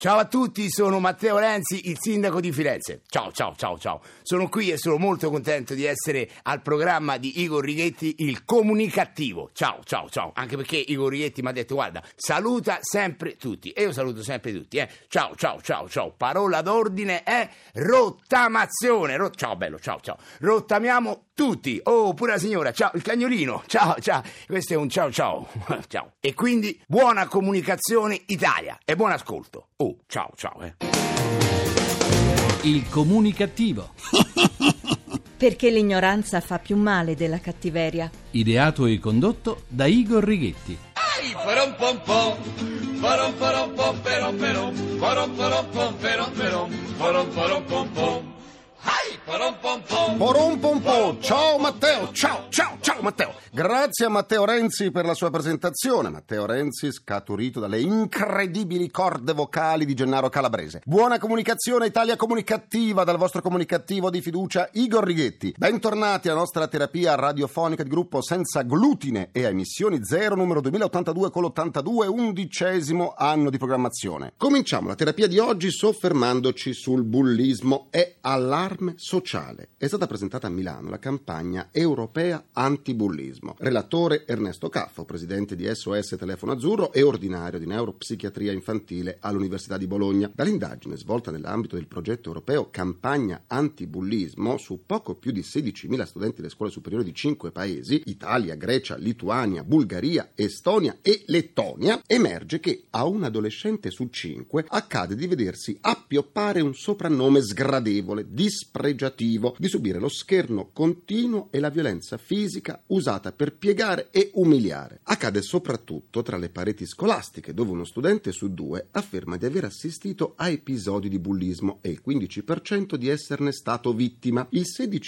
Ciao a tutti, sono Matteo Renzi, il sindaco di Firenze. Ciao. Sono qui e sono molto contento di essere al programma di Igor Righetti, il comunicativo. Ciao. Anche perché Igor Righetti mi ha detto, guarda, saluta sempre tutti. E io saluto sempre tutti, Ciao. Parola d'ordine è rottamazione. Ciao bello, ciao. Rottamiamo tutti. Oh, pure la signora, ciao, il cagnolino. Ciao. Questo è un ciao. Ciao. E quindi buona comunicazione Italia e buon ascolto. Oh, ciao. Il comunicativo. Perché l'ignoranza fa più male della cattiveria. Ideato e condotto da Igor Righetti. Parom pom pom, parom parom pom perom perom, parom parom pom perom perom, parom parom pom pom. Parom pom pom. Porom pom pom. Ciao Matteo, ciao Matteo. Grazie a Matteo Renzi per la sua presentazione. Matteo Renzi scaturito dalle incredibili corde vocali di Gennaro Calabrese. Buona comunicazione Italia comunicativa dal vostro comunicativo di fiducia Igor Righetti. Bentornati alla nostra terapia radiofonica di gruppo senza glutine e a emissioni zero, numero 2082 con l'82, 11° anno di programmazione. Cominciamo la terapia di oggi soffermandoci sul bullismo e allarme sociale. È stata presentata a Milano la campagna europea antibullismo. Relatore Ernesto Caffo, presidente di SOS Telefono Azzurro e ordinario di neuropsichiatria infantile all'Università di Bologna. Dall'indagine svolta nell'ambito del progetto europeo Campagna Antibullismo su poco più di 16.000 studenti delle scuole superiori di 5 paesi, Italia, Grecia, Lituania, Bulgaria, Estonia e Lettonia, emerge che a un adolescente su 5 accade di vedersi appioppare un soprannome sgradevole, dispregiativo, di subire lo scherno continuo e la violenza fisica usata per piegare e umiliare. Accade soprattutto tra le pareti scolastiche, dove uno studente su 2 afferma di aver assistito a episodi di bullismo e il 15% di esserne stato vittima. Il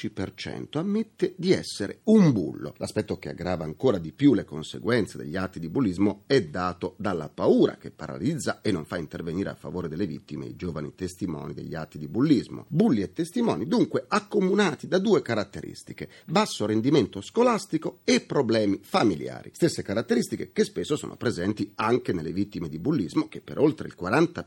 16% ammette di essere un bullo. L'aspetto che aggrava ancora di più le conseguenze degli atti di bullismo è dato dalla paura che paralizza e non fa intervenire a favore delle vittime i giovani testimoni degli atti di bullismo. Bulli e testimoni dunque accomunati da 2 caratteristiche: basso rendimento scolastico e problemi familiari. Stesse caratteristiche che spesso sono presenti anche nelle vittime di bullismo, che per oltre il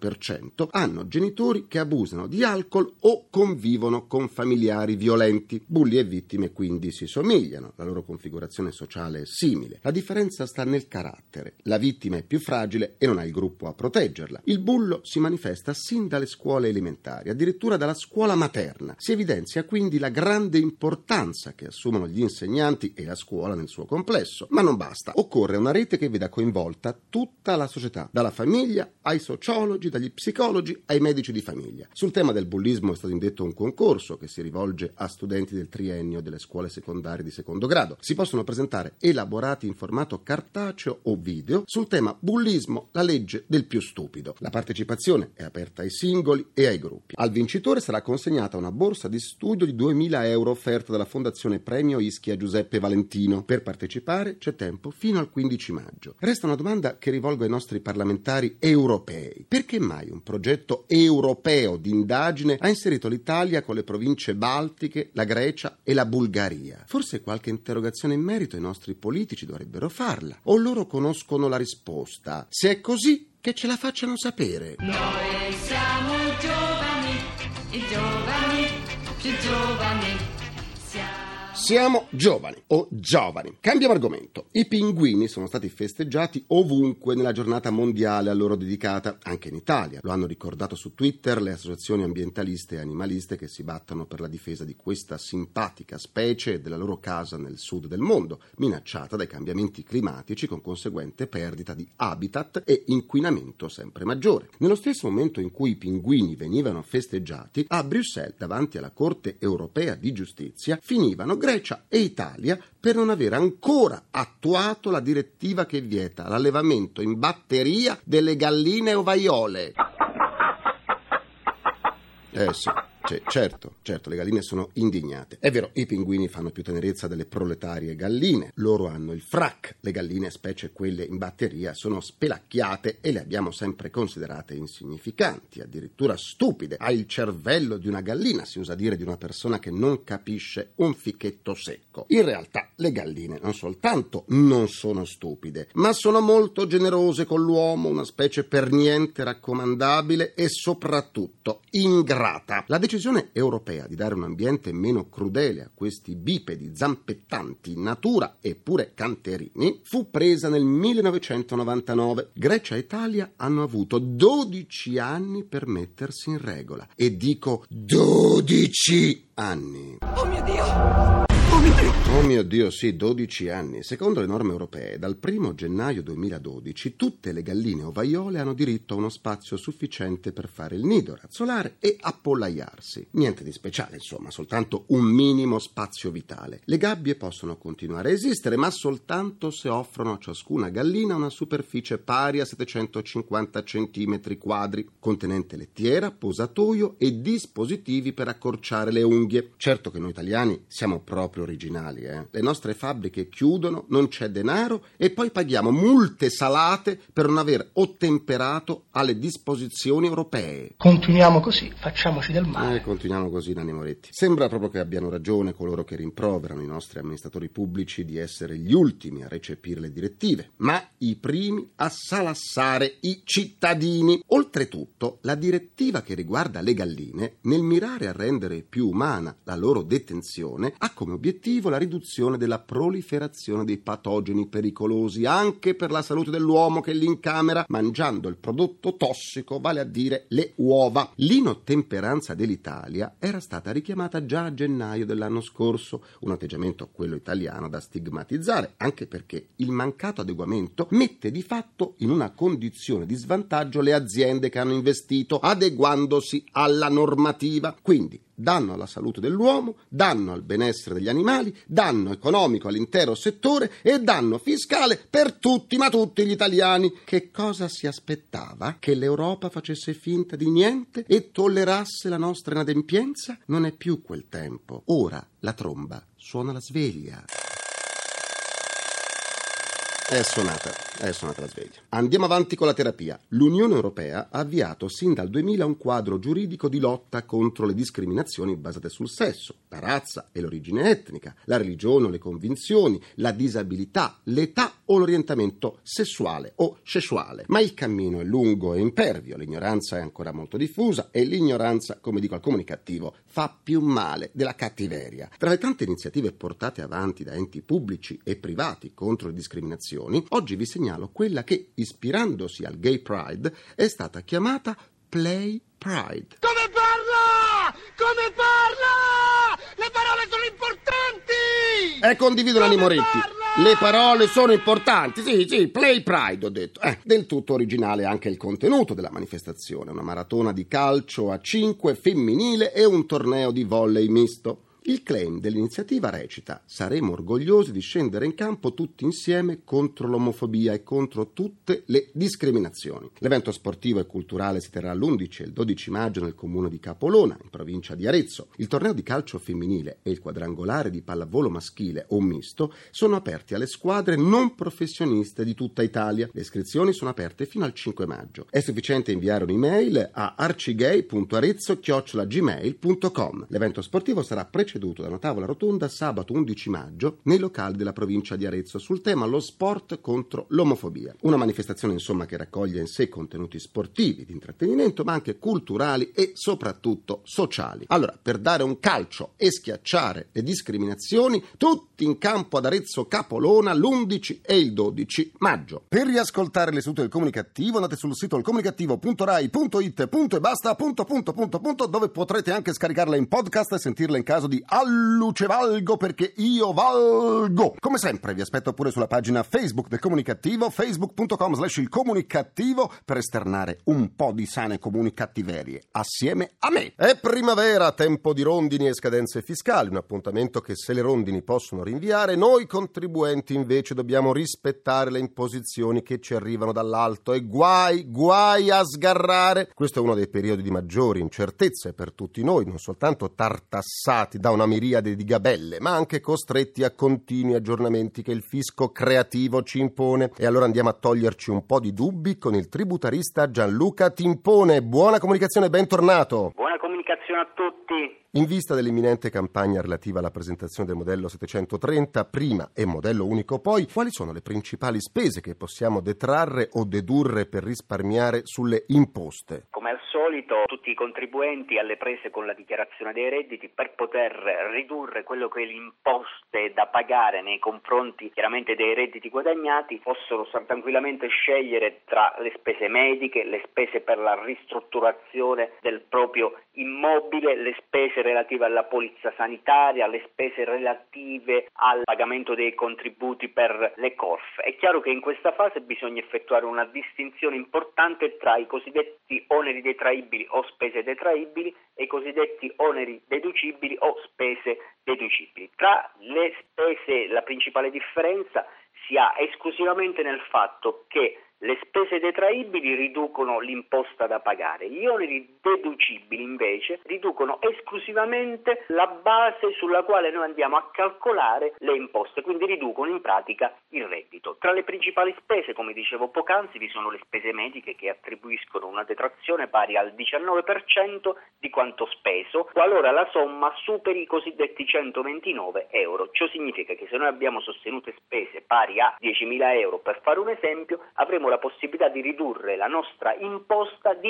40% hanno genitori che abusano di alcol o convivono con familiari violenti. Bulli e vittime quindi si somigliano, la loro configurazione sociale è simile. La differenza sta nel carattere. La vittima è più fragile e non ha il gruppo a proteggerla. Il bullo si manifesta sin dalle scuole elementari, addirittura dalla scuola materna. Si evidenzia quindi la grande importanza che assumono gli insegnanti e la scuola nel suo complesso. Ma non basta, occorre una rete che veda coinvolta tutta la società, dalla famiglia ai sociologi, dagli psicologi ai medici di famiglia. Sul tema del bullismo è stato indetto un concorso che si rivolge a studenti del triennio delle scuole secondarie di secondo grado. Si possono presentare elaborati in formato cartaceo o video sul tema bullismo, la legge del più stupido. La partecipazione è aperta ai singoli e ai gruppi. Al vincitore sarà consegnata una borsa di studio di 2.000 euro offerta dalla Fondazione Premio Ischia Giuseppe Valentino. Per partecipare c'è tempo fino al 15 maggio. Resta una domanda che rivolgo ai nostri parlamentari europei. Perché mai un progetto europeo di indagine ha inserito l'Italia con le province baltiche, la Grecia e la Bulgaria? Forse qualche interrogazione in merito i nostri politici dovrebbero farla. O loro conoscono la risposta? Se è così, che ce la facciano sapere. Noi siamo giovani, i giovani, più giovani. Siamo giovani o giovani. Cambiamo argomento. I pinguini sono stati festeggiati ovunque nella giornata mondiale a loro dedicata, anche in Italia. Lo hanno ricordato su Twitter le associazioni ambientaliste e animaliste che si battono per la difesa di questa simpatica specie e della loro casa nel sud del mondo, minacciata dai cambiamenti climatici con conseguente perdita di habitat e inquinamento sempre maggiore. Nello stesso momento in cui i pinguini venivano festeggiati, a Bruxelles, davanti alla Corte Europea di Giustizia, finivano Grecia e Italia per non aver ancora attuato la direttiva che vieta l'allevamento in batteria delle galline ovaiole. Sì. Certo, le galline sono indignate. È vero, i pinguini fanno più tenerezza delle proletarie galline. Loro hanno il frac. Le galline, specie quelle in batteria, sono spelacchiate e le abbiamo sempre considerate insignificanti, addirittura stupide. Ha il cervello di una gallina, si usa dire di una persona che non capisce un fichetto secco. In realtà le galline non soltanto non sono stupide, ma sono molto generose con l'uomo, una specie per niente raccomandabile e soprattutto ingrata. La decisione europea di dare un ambiente meno crudele a questi bipedi zampettanti in natura e pure canterini fu presa nel 1999. Grecia e Italia hanno avuto 12 anni per mettersi in regola. E dico 12 anni! Oh mio Dio! Oh mio Dio, sì, 12 anni. Secondo le norme europee, dal 1 gennaio 2012 tutte le galline ovaiole hanno diritto a uno spazio sufficiente per fare il nido, razzolare e appollaiarsi. Niente di speciale, insomma, soltanto un minimo spazio vitale. Le gabbie possono continuare a esistere, ma soltanto se offrono a ciascuna gallina una superficie pari a 750 centimetri quadri, contenente lettiera, posatoio e dispositivi per accorciare le unghie. Certo che noi italiani siamo proprio originali, Le nostre fabbriche chiudono, non c'è denaro e poi paghiamo multe salate per non aver ottemperato alle disposizioni europee. Continuiamo così, facciamoci del male. Continuiamo così, Nanni Moretti. Sembra proprio che abbiano ragione coloro che rimproverano i nostri amministratori pubblici di essere gli ultimi a recepire le direttive, ma i primi a salassare i cittadini. Oltretutto, la direttiva che riguarda le galline, nel mirare a rendere più umana la loro detenzione, ha come obiettivo la riduzione della proliferazione dei patogeni pericolosi anche per la salute dell'uomo che li incamera mangiando il prodotto tossico, vale a dire le uova. L'inottemperanza dell'Italia era stata richiamata già a gennaio dell'anno scorso, un atteggiamento, quello italiano, da stigmatizzare, anche perché il mancato adeguamento mette di fatto in una condizione di svantaggio le aziende che hanno investito adeguandosi alla normativa. Quindi danno alla salute dell'uomo, danno al benessere degli animali, danno economico all'intero settore e danno fiscale per tutti, ma tutti gli italiani. Che cosa si aspettava? Che l'Europa facesse finta di niente e tollerasse la nostra inadempienza? Non è più quel tempo. Ora la tromba suona la sveglia. È suonata la sveglia. Andiamo avanti con la terapia. L'Unione Europea ha avviato sin dal 2000 un quadro giuridico di lotta contro le discriminazioni basate sul sesso, la razza e l'origine etnica, la religione o le convinzioni, la disabilità, l'età o l'orientamento sessuale o sessuale. Ma il cammino è lungo e impervio, l'ignoranza è ancora molto diffusa e l'ignoranza, come dico al comunicativo, fa più male della cattiveria. Tra le tante iniziative portate avanti da enti pubblici e privati contro le discriminazioni, oggi vi segnalo quella che, ispirandosi al Gay Pride, è stata chiamata Play Pride. Come parla? Come parla? Le parole sono importanti! Condivido Nanni Moretti. Le parole sono importanti, sì, Play Pride ho detto. Del tutto originale anche il contenuto della manifestazione, una maratona di calcio a 5 femminile e un torneo di volley misto. Il claim dell'iniziativa recita: saremo orgogliosi di scendere in campo tutti insieme contro l'omofobia e contro tutte le discriminazioni. L'evento sportivo e culturale si terrà l'11 e il 12 maggio nel comune di Capolona, in provincia di Arezzo. Il torneo di calcio femminile e il quadrangolare di pallavolo maschile o misto sono aperti alle squadre non professioniste di tutta Italia. Le iscrizioni sono aperte fino al 5 maggio. È sufficiente inviare un'email a arcigay.arezzo@gmail.com. L'evento sportivo sarà preceduto da una tavola rotonda sabato 11 maggio nei locali della provincia di Arezzo sul tema lo sport contro l'omofobia. Una manifestazione insomma che raccoglie in sé contenuti sportivi, di intrattenimento, ma anche culturali e soprattutto sociali. Allora, per dare un calcio e schiacciare le discriminazioni, tutti in campo ad Arezzo Capolona l'11 e il 12 maggio. Per riascoltare l'istituto del comunicativo andate sul sito ilcomunicativo.rai.it e basta, dove potrete anche scaricarla in podcast e sentirla in caso di alluce valgo, perché io valgo. Come sempre vi aspetto pure sulla pagina Facebook del Comunicativo, facebook.com/ilcomunicativo, per esternare un po' di sane comunicattiverie assieme a me. È primavera, tempo di rondini e scadenze fiscali, un appuntamento che, se le rondini possono rinviare, noi contribuenti invece dobbiamo rispettare le imposizioni che ci arrivano dall'alto e guai a sgarrare. Questo è uno dei periodi di maggiori incertezze per tutti noi, non soltanto tartassati da una miriade di gabelle, ma anche costretti a continui aggiornamenti che il fisco creativo ci impone. E allora andiamo a toglierci un po' di dubbi con il tributarista Gianluca Timpone. Buona comunicazione, bentornato. Buona comunicazione a tutti. In vista dell'imminente campagna relativa alla presentazione del modello 730 prima e modello unico poi, quali sono le principali spese che possiamo detrarre o dedurre per risparmiare sulle imposte? Come al solito, tutti i contribuenti alle prese con la dichiarazione dei redditi, per poter ridurre quello che è le imposte da pagare nei confronti chiaramente dei redditi guadagnati, possono tranquillamente scegliere tra le spese mediche, le spese per la ristrutturazione del proprio immobile, le spese relative alla polizza sanitaria, le spese relative al pagamento dei contributi per le CORF. È chiaro che in questa fase bisogna effettuare una distinzione importante tra i cosiddetti oneri detraibili o spese detraibili e i cosiddetti oneri deducibili o spese deducibili. Tra le spese la principale differenza si ha esclusivamente nel fatto che le spese detraibili riducono l'imposta da pagare, gli oneri deducibili invece riducono esclusivamente la base sulla quale noi andiamo a calcolare le imposte, quindi riducono in pratica il reddito. Tra le principali spese, come dicevo poc'anzi, vi sono le spese mediche che attribuiscono una detrazione pari al 19% di quanto speso, qualora la somma superi i cosiddetti 129 euro. Ciò significa che se noi abbiamo sostenute spese pari a 10.000 euro, per fare un esempio, avremo la possibilità di ridurre la nostra imposta di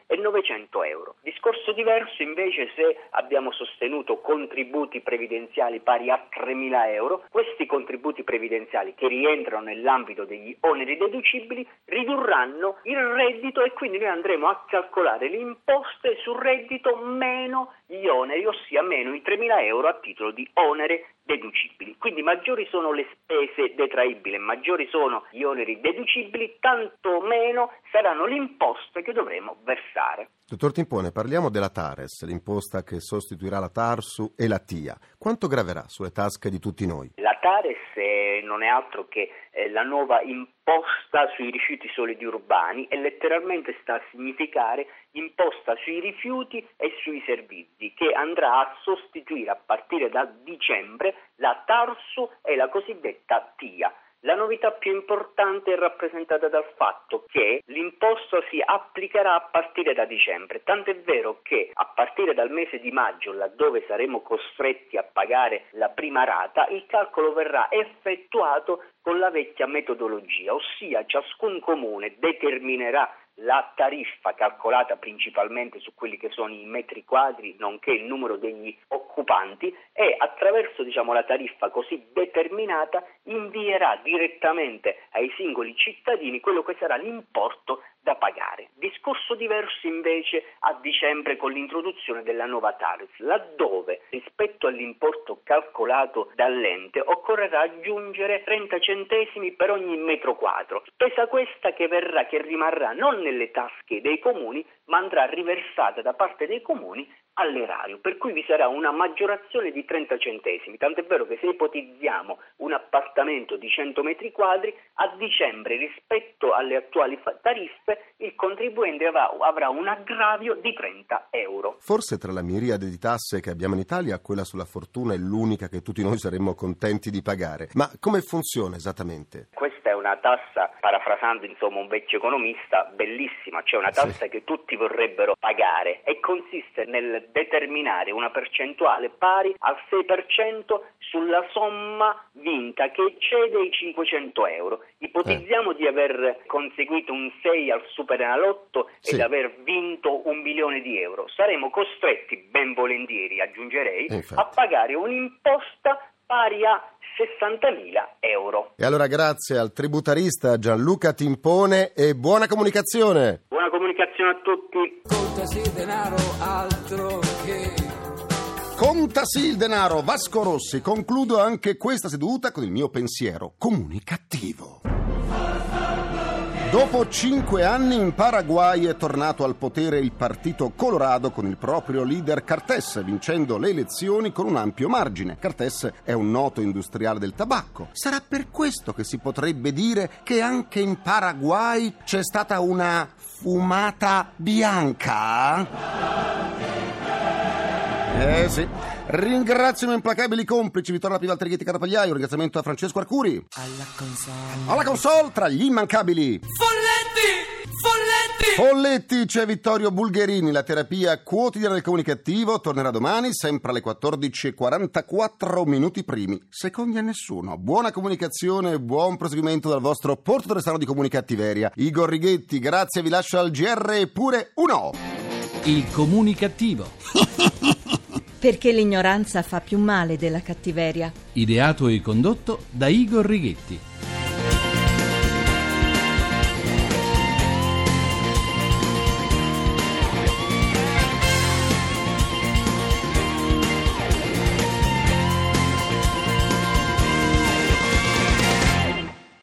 1.900 euro. Discorso diverso invece se abbiamo sostenuto contributi previdenziali pari a 3.000 euro. Questi contributi previdenziali, che rientrano nell'ambito degli oneri deducibili, ridurranno il reddito e quindi noi andremo a calcolare le imposte sul reddito meno gli oneri, ossia meno i 3.000 euro a titolo di onere deducibili. Quindi maggiori sono le spese detraibili, maggiori sono gli oneri deducibili, tanto meno saranno le imposte che dovremo versare. Dottor Timpone, parliamo della TARES, l'imposta che sostituirà la TARSU e la TIA. Quanto graverà sulle tasche di tutti noi? La TARES non è altro che la nuova imposta sui rifiuti solidi urbani e letteralmente sta a significare imposta sui rifiuti e sui servizi, che andrà a sostituire a partire da dicembre la TARSU e la cosiddetta TIA. La novità più importante è rappresentata dal fatto che l'imposta si applicherà a partire da dicembre, tant'è vero che a partire dal mese di maggio, laddove saremo costretti a pagare la prima rata, il calcolo verrà effettuato con la vecchia metodologia, ossia ciascun comune determinerà la tariffa calcolata principalmente su quelli che sono i metri quadri, nonché il numero degli occupanti, e attraverso la tariffa così determinata invierà direttamente ai singoli cittadini quello che sarà l'importo da pagare. Discorso diverso invece a dicembre con l'introduzione della nuova TARES, laddove rispetto all'importo calcolato dall'ente occorrerà aggiungere 30 centesimi per ogni metro quadro, spesa questa che rimarrà non nelle tasche dei comuni, ma andrà riversata da parte dei comuni all'erario, per cui vi sarà una maggiorazione di 30 centesimi, tant'è vero che se ipotizziamo un appartamento di 100 metri quadri, a dicembre rispetto alle attuali tariffe il contribuente avrà un aggravio di 30 euro. Forse tra la miriade di tasse che abbiamo in Italia, quella sulla fortuna è l'unica che tutti noi saremmo contenti di pagare. Ma come funziona esattamente? Questa è una tassa, parafrasando un vecchio economista, bellissima, cioè una tassa che tutti vorrebbero pagare, e consiste nel determinare una percentuale pari al 6% sulla somma vinta che eccede i 500 euro. Ipotizziamo di aver conseguito un 6 al Superenalotto ed aver vinto 1 milione di euro. Saremo costretti, ben volentieri aggiungerei, a pagare un'imposta pari a 60.000 euro. E allora grazie al tributarista Gianluca Timpone e buona comunicazione. Buona comunicazione a tutti. Contasi il denaro, altro che... Contasi il denaro, Vasco Rossi. Concludo anche questa seduta con il mio pensiero comunicativo. Dopo 5 anni in Paraguay è tornato al potere il Partito Colorado con il proprio leader Cartes, vincendo le elezioni con un ampio margine. Cartes è un noto industriale del tabacco. Sarà per questo che si potrebbe dire che anche in Paraguay c'è stata una fumata bianca? Sì. Ringrazio i miei implacabili complici Vittorio Pivalti, Righetti, Carapagliaio. Un ringraziamento a Francesco Arcuri. Alla console tra gli immancabili Folletti c'è Vittorio Bulgherini. La terapia quotidiana del comunicativo tornerà domani, sempre alle 14:44 minuti primi, secondi a nessuno. Buona comunicazione e buon proseguimento dal vostro portatore strano di comunicattiveria, Igor Righetti. Grazie, vi lascio al GR e pure uno. Il comunicativo. Perché l'ignoranza fa più male della cattiveria. Ideato e condotto da Igor Righetti.